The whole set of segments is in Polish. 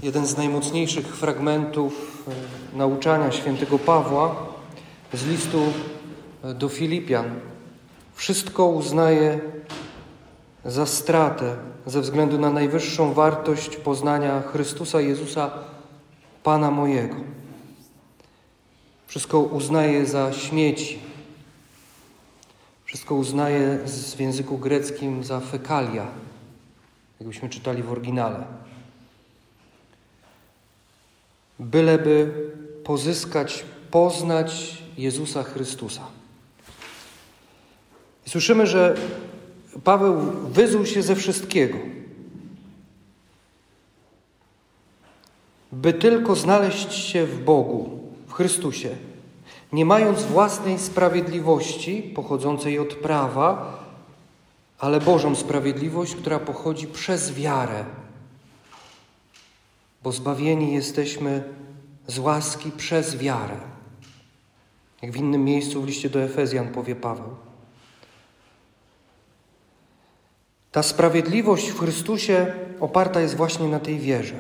jeden z najmocniejszych fragmentów nauczania świętego Pawła z listu do Filipian. Wszystko uznaję za stratę ze względu na najwyższą wartość poznania Chrystusa Jezusa, Pana mojego. Wszystko uznaję za śmieci. Wszystko uznaję w języku greckim za fekalia, jakbyśmy czytali w oryginale. Byleby poznać Jezusa Chrystusa. I słyszymy, że Paweł wyzuł się ze wszystkiego, by tylko znaleźć się w Bogu, w Chrystusie, nie mając własnej sprawiedliwości pochodzącej od prawa, ale Bożą sprawiedliwość, która pochodzi przez wiarę. Bo zbawieni jesteśmy z łaski przez wiarę. Jak w innym miejscu w liście do Efezjan powie Paweł. Ta sprawiedliwość w Chrystusie oparta jest właśnie na tej wierze.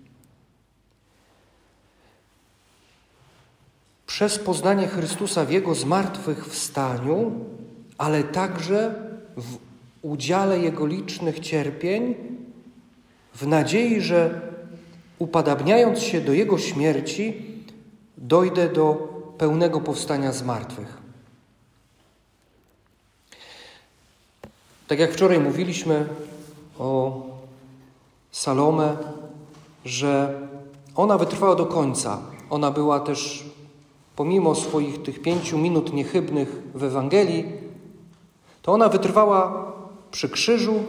Przez poznanie Chrystusa w Jego zmartwychwstaniu, ale także w udziale Jego licznych cierpień, w nadziei, że upadabniając się do Jego śmierci, dojdę do pełnego powstania z martwych. Tak jak wczoraj mówiliśmy o Salome, że ona wytrwała do końca. Ona była też, pomimo swoich tych 5 minut niechybnych w Ewangelii, to ona wytrwała przy krzyżu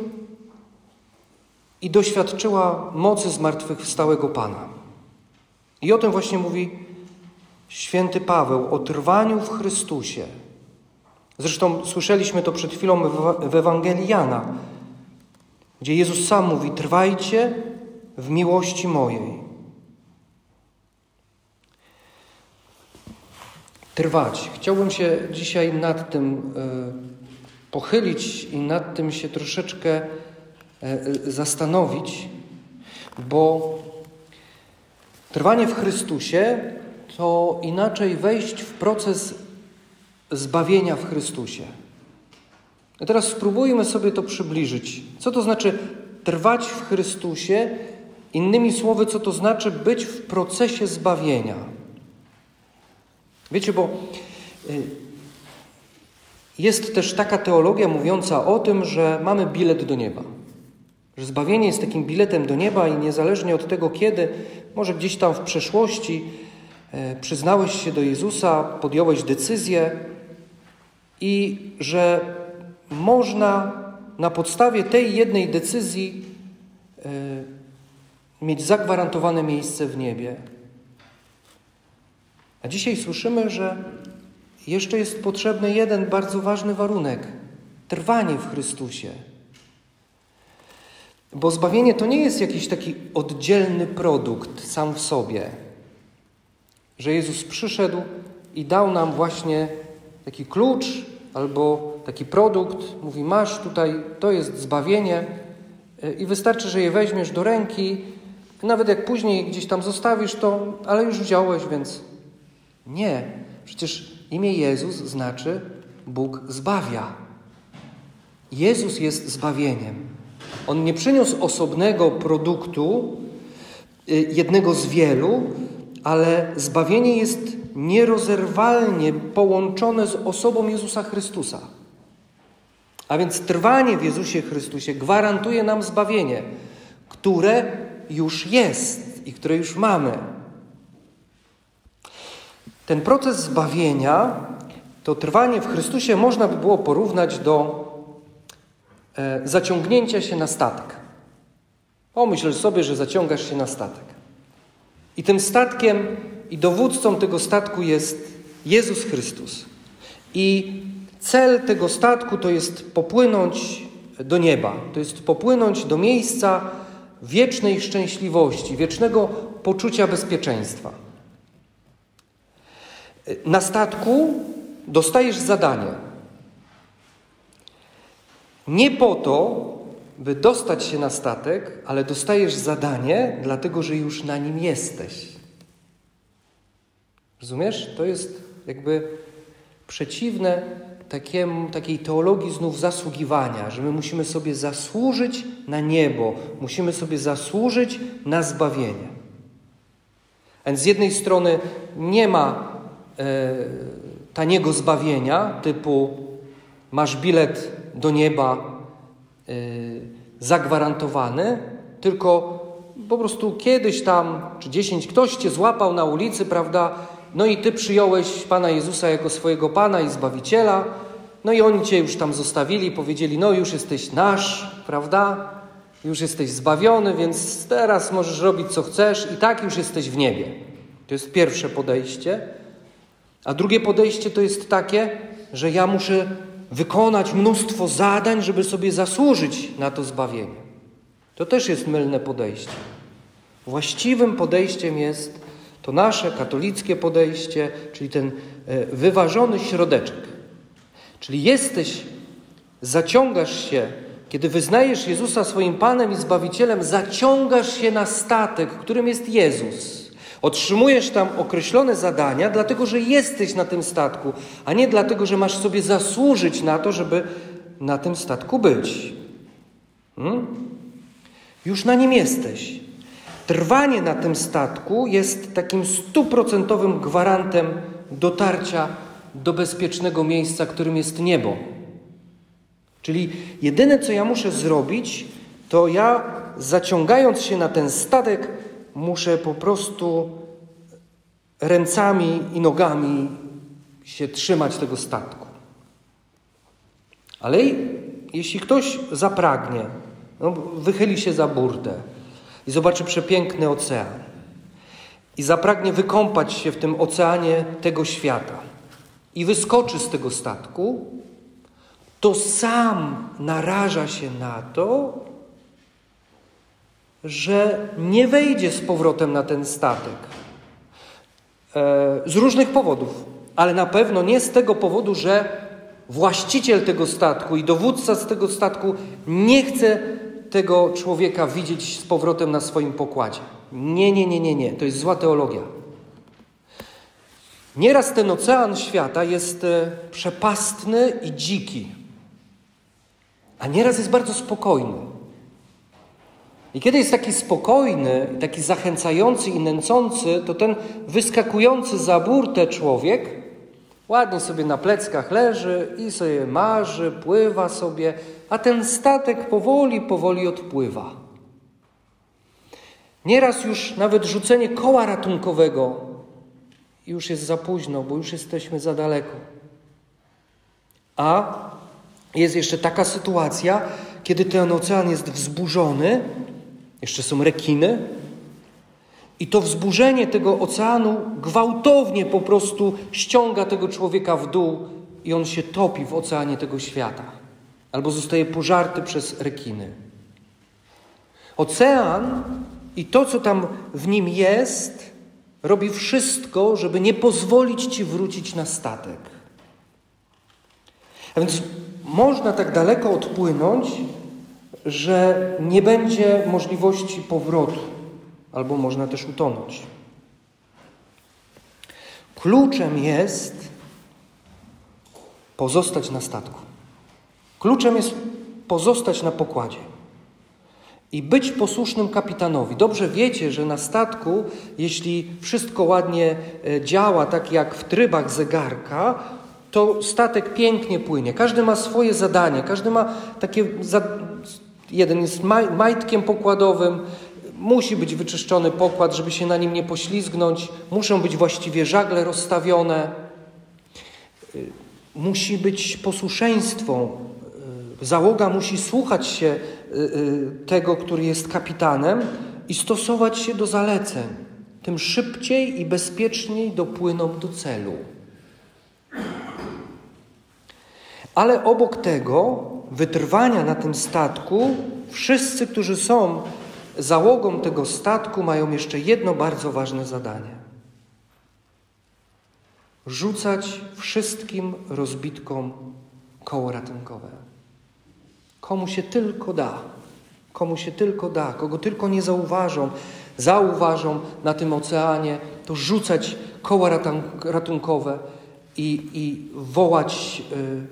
i doświadczyła mocy zmartwychwstałego Pana. I o tym właśnie mówi święty Paweł, o trwaniu w Chrystusie. Zresztą słyszeliśmy to przed chwilą w Ewangelii Jana, gdzie Jezus sam mówi: trwajcie w miłości mojej. Trwać. Chciałbym się dzisiaj nad tym pochylić i nad tym się troszeczkę zastanowić, bo trwanie w Chrystusie to inaczej wejść w proces zbawienia w Chrystusie. A teraz spróbujmy sobie to przybliżyć. Co to znaczy trwać w Chrystusie? Innymi słowy, co to znaczy być w procesie zbawienia? Wiecie, bo jest też taka teologia mówiąca o tym, że mamy bilet do nieba. Że zbawienie jest takim biletem do nieba i niezależnie od tego, kiedy, może gdzieś tam w przeszłości przyznałeś się do Jezusa, podjąłeś decyzję i że można na podstawie tej jednej decyzji mieć zagwarantowane miejsce w niebie. A dzisiaj słyszymy, że jeszcze jest potrzebny jeden bardzo ważny warunek. Trwanie w Chrystusie. Bo zbawienie to nie jest jakiś taki oddzielny produkt sam w sobie. Że Jezus przyszedł i dał nam właśnie taki klucz albo taki produkt. Mówi: masz tutaj, to jest zbawienie i wystarczy, że je weźmiesz do ręki. Nawet jak później gdzieś tam zostawisz to, ale już wziąłeś, więc nie. Przecież imię Jezus znaczy Bóg zbawia. Jezus jest zbawieniem. On nie przyniósł osobnego produktu, jednego z wielu, ale zbawienie jest nierozerwalnie połączone z osobą Jezusa Chrystusa. A więc trwanie w Jezusie Chrystusie gwarantuje nam zbawienie, które już jest i które już mamy. Ten proces zbawienia, to trwanie w Chrystusie można by było porównać do zaciągnięcia się na statek. Pomyśl sobie, że zaciągasz się na statek. I tym statkiem i dowódcą tego statku jest Jezus Chrystus. I cel tego statku to jest popłynąć do nieba. To jest popłynąć do miejsca wiecznej szczęśliwości, wiecznego poczucia bezpieczeństwa. Na statku dostajesz zadanie. Nie po to, by dostać się na statek, ale dostajesz zadanie, dlatego że już na nim jesteś. Rozumiesz? To jest jakby przeciwne takiej teologii znów zasługiwania, że my musimy sobie zasłużyć na niebo, musimy sobie zasłużyć na zbawienie. A więc z jednej strony nie ma taniego zbawienia, typu masz bilet do nieba zagwarantowany, tylko po prostu kiedyś tam, czy 10, ktoś cię złapał na ulicy, prawda? No i ty przyjąłeś Pana Jezusa jako swojego Pana i Zbawiciela, no i oni cię już tam zostawili, powiedzieli, no już jesteś nasz, prawda? Już jesteś zbawiony, więc teraz możesz robić co chcesz i tak już jesteś w niebie. To jest pierwsze podejście. A drugie podejście to jest takie, że ja muszę wykonać mnóstwo zadań, żeby sobie zasłużyć na to zbawienie. To też jest mylne podejście. Właściwym podejściem jest to nasze katolickie podejście, czyli ten wyważony środeczek. Czyli zaciągasz się, kiedy wyznajesz Jezusa swoim Panem i Zbawicielem, zaciągasz się na statek, którym jest Jezus. Otrzymujesz tam określone zadania, dlatego że jesteś na tym statku, a nie dlatego, że masz sobie zasłużyć na to, żeby na tym statku być. Już na nim jesteś. Trwanie na tym statku jest takim 100% gwarantem dotarcia do bezpiecznego miejsca, którym jest niebo. Czyli jedyne, co ja muszę zrobić, to ja zaciągając się na ten statek, muszę po prostu ręcami i nogami się trzymać tego statku. Ale jeśli ktoś zapragnie, wychyli się za burtę i zobaczy przepiękny ocean i zapragnie wykąpać się w tym oceanie tego świata i wyskoczy z tego statku, to sam naraża się na to, że nie wejdzie z powrotem na ten statek. Z różnych powodów, ale na pewno nie z tego powodu, że właściciel tego statku i dowódca z tego statku nie chce tego człowieka widzieć z powrotem na swoim pokładzie. Nie. To jest zła teologia. Nieraz ten ocean świata jest przepastny i dziki, a nieraz jest bardzo spokojny. I kiedy jest taki spokojny, taki zachęcający i nęcący, to ten wyskakujący za burtę człowiek ładnie sobie na pleckach leży i sobie marzy, pływa sobie, a ten statek powoli odpływa. Nieraz już nawet rzucenie koła ratunkowego już jest za późno, bo już jesteśmy za daleko. A jest jeszcze taka sytuacja, kiedy ten ocean jest wzburzony, jeszcze są rekiny, i to wzburzenie tego oceanu gwałtownie po prostu ściąga tego człowieka w dół i on się topi w oceanie tego świata. Albo zostaje pożarty przez rekiny. Ocean i to, co tam w nim jest, robi wszystko, żeby nie pozwolić ci wrócić na statek. A więc można tak daleko odpłynąć, że nie będzie możliwości powrotu. Albo można też utonąć. Kluczem jest pozostać na statku. Kluczem jest pozostać na pokładzie i być posłusznym kapitanowi. Dobrze wiecie, że na statku, jeśli wszystko ładnie działa, tak jak w trybach zegarka, to statek pięknie płynie. Każdy ma swoje zadanie, każdy ma takie... Jeden jest majtkiem pokładowym, musi być wyczyszczony pokład, żeby się na nim nie poślizgnąć. Muszą być właściwie żagle rozstawione. Musi być posłuszeństwo. Załoga musi słuchać się tego, który jest kapitanem i stosować się do zaleceń. Tym szybciej i bezpieczniej dopłyną do celu. Ale obok tego wytrwania na tym statku, wszyscy, którzy są załogą tego statku, mają jeszcze jedno bardzo ważne zadanie. Rzucać wszystkim rozbitkom koło ratunkowe. Komu się tylko da. komu się tylko da, kogo tylko nie zauważą na tym oceanie, to rzucać koła ratunkowe i wołać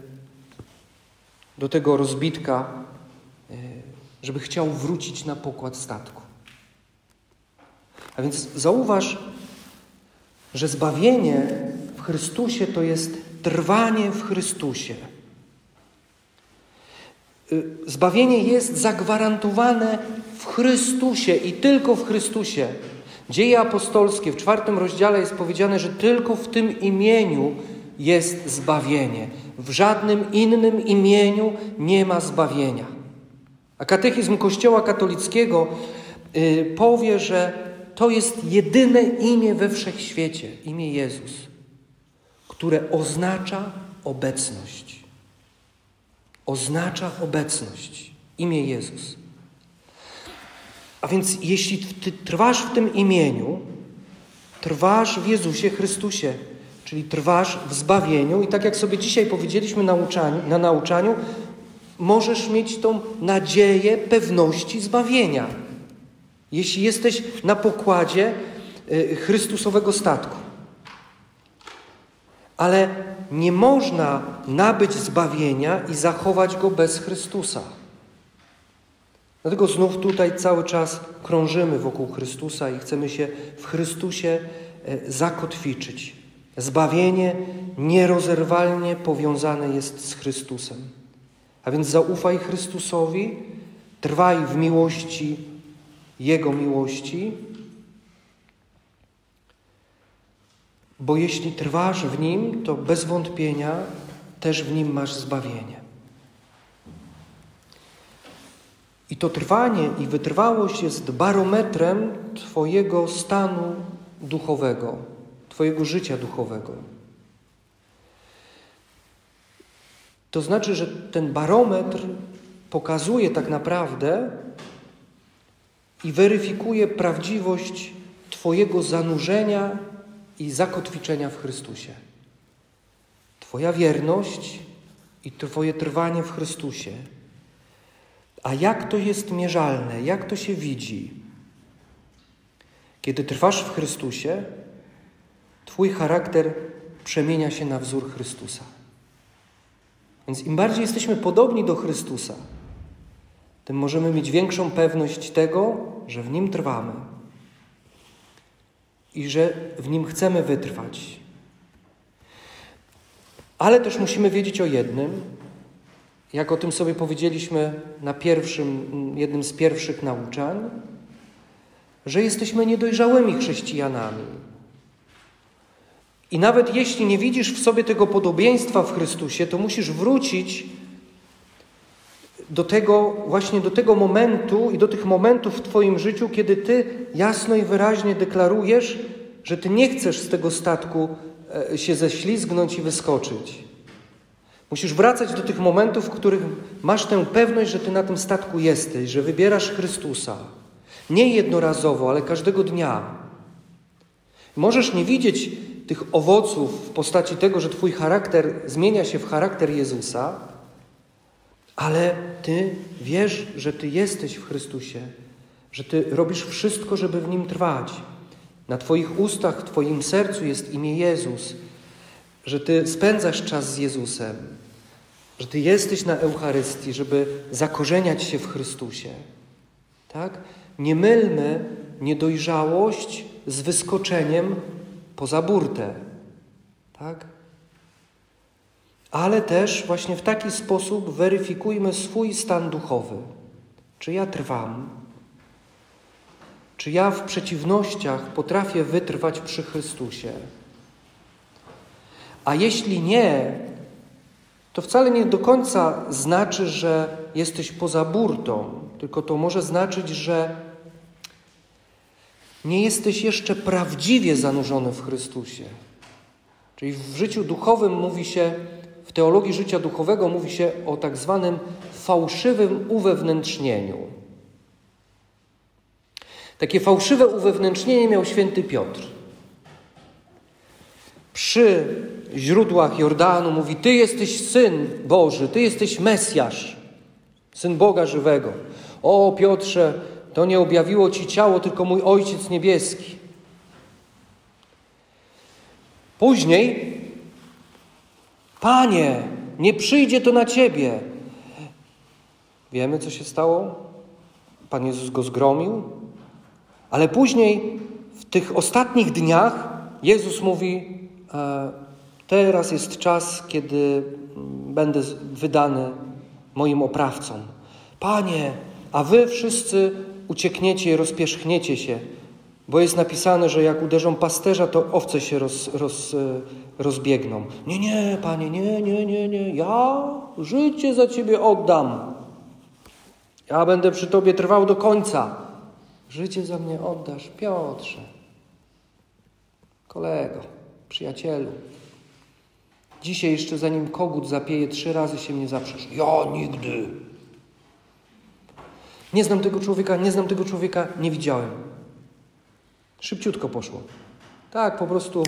do tego rozbitka, żeby chciał wrócić na pokład statku. A więc zauważ, że zbawienie w Chrystusie to jest trwanie w Chrystusie. Zbawienie jest zagwarantowane w Chrystusie i tylko w Chrystusie. Dzieje apostolskie w 4 rozdziale jest powiedziane, że tylko w tym imieniu jest zbawienie. W żadnym innym imieniu nie ma zbawienia. A katechizm Kościoła katolickiego powie, że to jest jedyne imię we wszechświecie, imię Jezus, które oznacza obecność. Oznacza obecność. Imię Jezus. A więc jeśli ty trwasz w tym imieniu, trwasz w Jezusie Chrystusie, czyli trwasz w zbawieniu i tak jak sobie dzisiaj powiedzieliśmy na nauczaniu, możesz mieć tą nadzieję pewności zbawienia. Jeśli jesteś na pokładzie Chrystusowego statku. Ale nie można nabyć zbawienia i zachować go bez Chrystusa. Dlatego znów tutaj cały czas krążymy wokół Chrystusa i chcemy się w Chrystusie zakotwiczyć. Zbawienie nierozerwalnie powiązane jest z Chrystusem. A więc zaufaj Chrystusowi, trwaj w miłości Jego miłości, bo jeśli trwasz w Nim, to bez wątpienia też w Nim masz zbawienie. I to trwanie i wytrwałość jest barometrem Twojego stanu duchowego, Twojego życia duchowego. To znaczy, że ten barometr pokazuje tak naprawdę i weryfikuje prawdziwość Twojego zanurzenia i zakotwiczenia w Chrystusie. Twoja wierność i Twoje trwanie w Chrystusie. A jak to jest mierzalne? Jak to się widzi? Kiedy trwasz w Chrystusie, Twój charakter przemienia się na wzór Chrystusa. Więc im bardziej jesteśmy podobni do Chrystusa, tym możemy mieć większą pewność tego, że w Nim trwamy i że w Nim chcemy wytrwać. Ale też musimy wiedzieć o jednym, jak o tym sobie powiedzieliśmy na jednym z pierwszych nauczań, że jesteśmy niedojrzałymi chrześcijanami. I nawet jeśli nie widzisz w sobie tego podobieństwa w Chrystusie, to musisz wrócić do tego momentu i do tych momentów w Twoim życiu, kiedy Ty jasno i wyraźnie deklarujesz, że Ty nie chcesz z tego statku się ześlizgnąć i wyskoczyć. Musisz wracać do tych momentów, w których masz tę pewność, że Ty na tym statku jesteś, że wybierasz Chrystusa. Nie jednorazowo, ale każdego dnia. Możesz nie widzieć tych owoców w postaci tego, że Twój charakter zmienia się w charakter Jezusa, ale Ty wiesz, że Ty jesteś w Chrystusie, że Ty robisz wszystko, żeby w Nim trwać. Na Twoich ustach, w Twoim sercu jest imię Jezus, że Ty spędzasz czas z Jezusem, że Ty jesteś na Eucharystii, żeby zakorzeniać się w Chrystusie. Tak? Nie mylmy niedojrzałość z wyskoczeniem poza burtę. Tak? Ale też właśnie w taki sposób weryfikujmy swój stan duchowy. Czy ja trwam? Czy ja w przeciwnościach potrafię wytrwać przy Chrystusie? A jeśli nie, to wcale nie do końca znaczy, że jesteś poza burtą, tylko to może znaczyć, że nie jesteś jeszcze prawdziwie zanurzony w Chrystusie. Czyli w życiu duchowym w teologii życia duchowego mówi się o tak zwanym fałszywym uwewnętrznieniu. Takie fałszywe uwewnętrznienie miał święty Piotr. Przy źródłach Jordanu mówi: Ty jesteś Syn Boży, Ty jesteś Mesjasz, Syn Boga żywego. O Piotrze, to nie objawiło ci ciało, tylko mój Ojciec Niebieski. Później, Panie, nie przyjdzie to na ciebie. Wiemy, co się stało? Pan Jezus go zgromił. Ale później, w tych ostatnich dniach, Jezus mówi, teraz jest czas, kiedy będę wydany moim oprawcom. Panie, a wy wszyscy uciekniecie i rozpierzchniecie się, bo jest napisane, że jak uderzą pasterza, to owce się rozbiegną. Nie, Panie, nie. Ja życie za Ciebie oddam. Ja będę przy Tobie trwał do końca. Życie za mnie oddasz, Piotrze. Kolego, przyjacielu. Dzisiaj jeszcze zanim kogut zapieje 3 razy się mnie zaprzesz. Ja nigdy. Nie znam tego człowieka, nie widziałem. Szybciutko poszło. Tak, po prostu.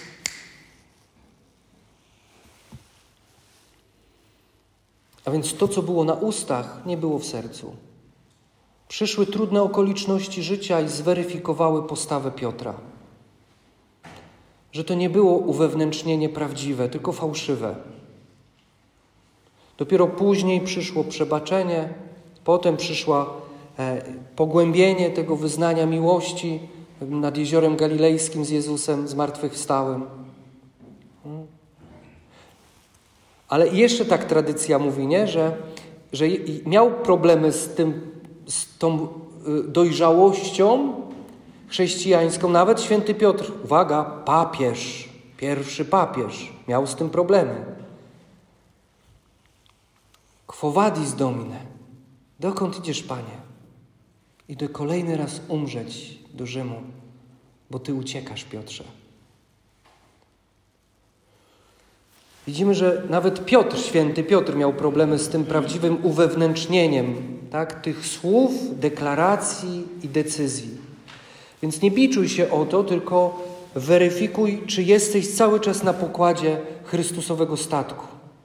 A więc to, co było na ustach, nie było w sercu. Przyszły trudne okoliczności życia i zweryfikowały postawę Piotra. Że to nie było uwewnętrznienie prawdziwe, tylko fałszywe. Dopiero później przyszło przebaczenie, potem przyszło pogłębienie tego wyznania miłości nad Jeziorem Galilejskim z Jezusem zmartwychwstałym. Ale jeszcze tak tradycja mówi, nie? Że miał problemy z tą dojrzałością chrześcijańską. Nawet święty Piotr, uwaga, papież, pierwszy papież, miał z tym problemy. Quo vadis, Domine? Dokąd idziesz, Panie? Idę kolejny raz umrzeć do Rzymu, bo Ty uciekasz, Piotrze. Widzimy, że nawet święty Piotr miał problemy z tym prawdziwym uwewnętrznieniem, tak, tych słów, deklaracji i decyzji. Więc nie biczuj się o to, tylko weryfikuj, czy jesteś cały czas na pokładzie Chrystusowego statku.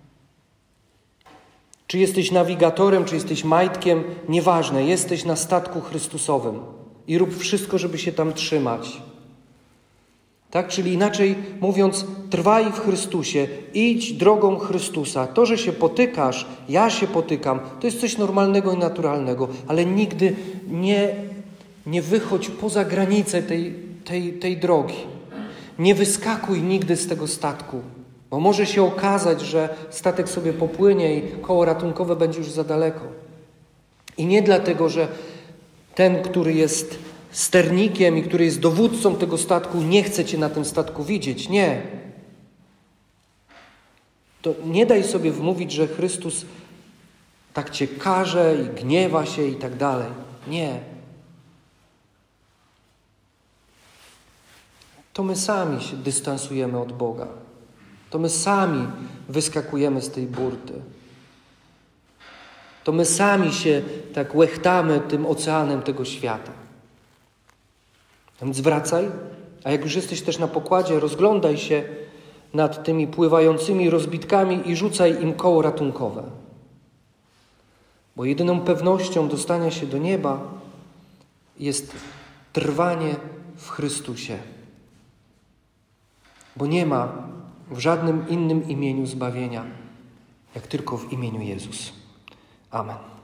Czy jesteś nawigatorem, czy jesteś majtkiem, nieważne, jesteś na statku Chrystusowym i rób wszystko, żeby się tam trzymać. Tak? Czyli inaczej mówiąc, trwaj w Chrystusie, idź drogą Chrystusa. To, że się potykasz, ja się potykam, to jest coś normalnego i naturalnego, ale nigdy nie wychodź poza granicę tej drogi. Nie wyskakuj nigdy z tego statku, bo może się okazać, że statek sobie popłynie i koło ratunkowe będzie już za daleko. I nie dlatego, że ten, który jest sternikiem i który jest dowódcą tego statku, nie chce cię na tym statku widzieć. Nie. To nie daj sobie wmówić, że Chrystus tak cię karze i gniewa się i tak dalej. Nie. To my sami się dystansujemy od Boga. To my sami wyskakujemy z tej burty. To my sami się tak łechtamy tym oceanem tego świata. Więc wracaj, a jak już jesteś też na pokładzie, rozglądaj się nad tymi pływającymi rozbitkami i rzucaj im koło ratunkowe. Bo jedyną pewnością dostania się do nieba jest trwanie w Chrystusie. Bo nie ma w żadnym innym imieniu zbawienia, jak tylko w imieniu Jezus. Amen.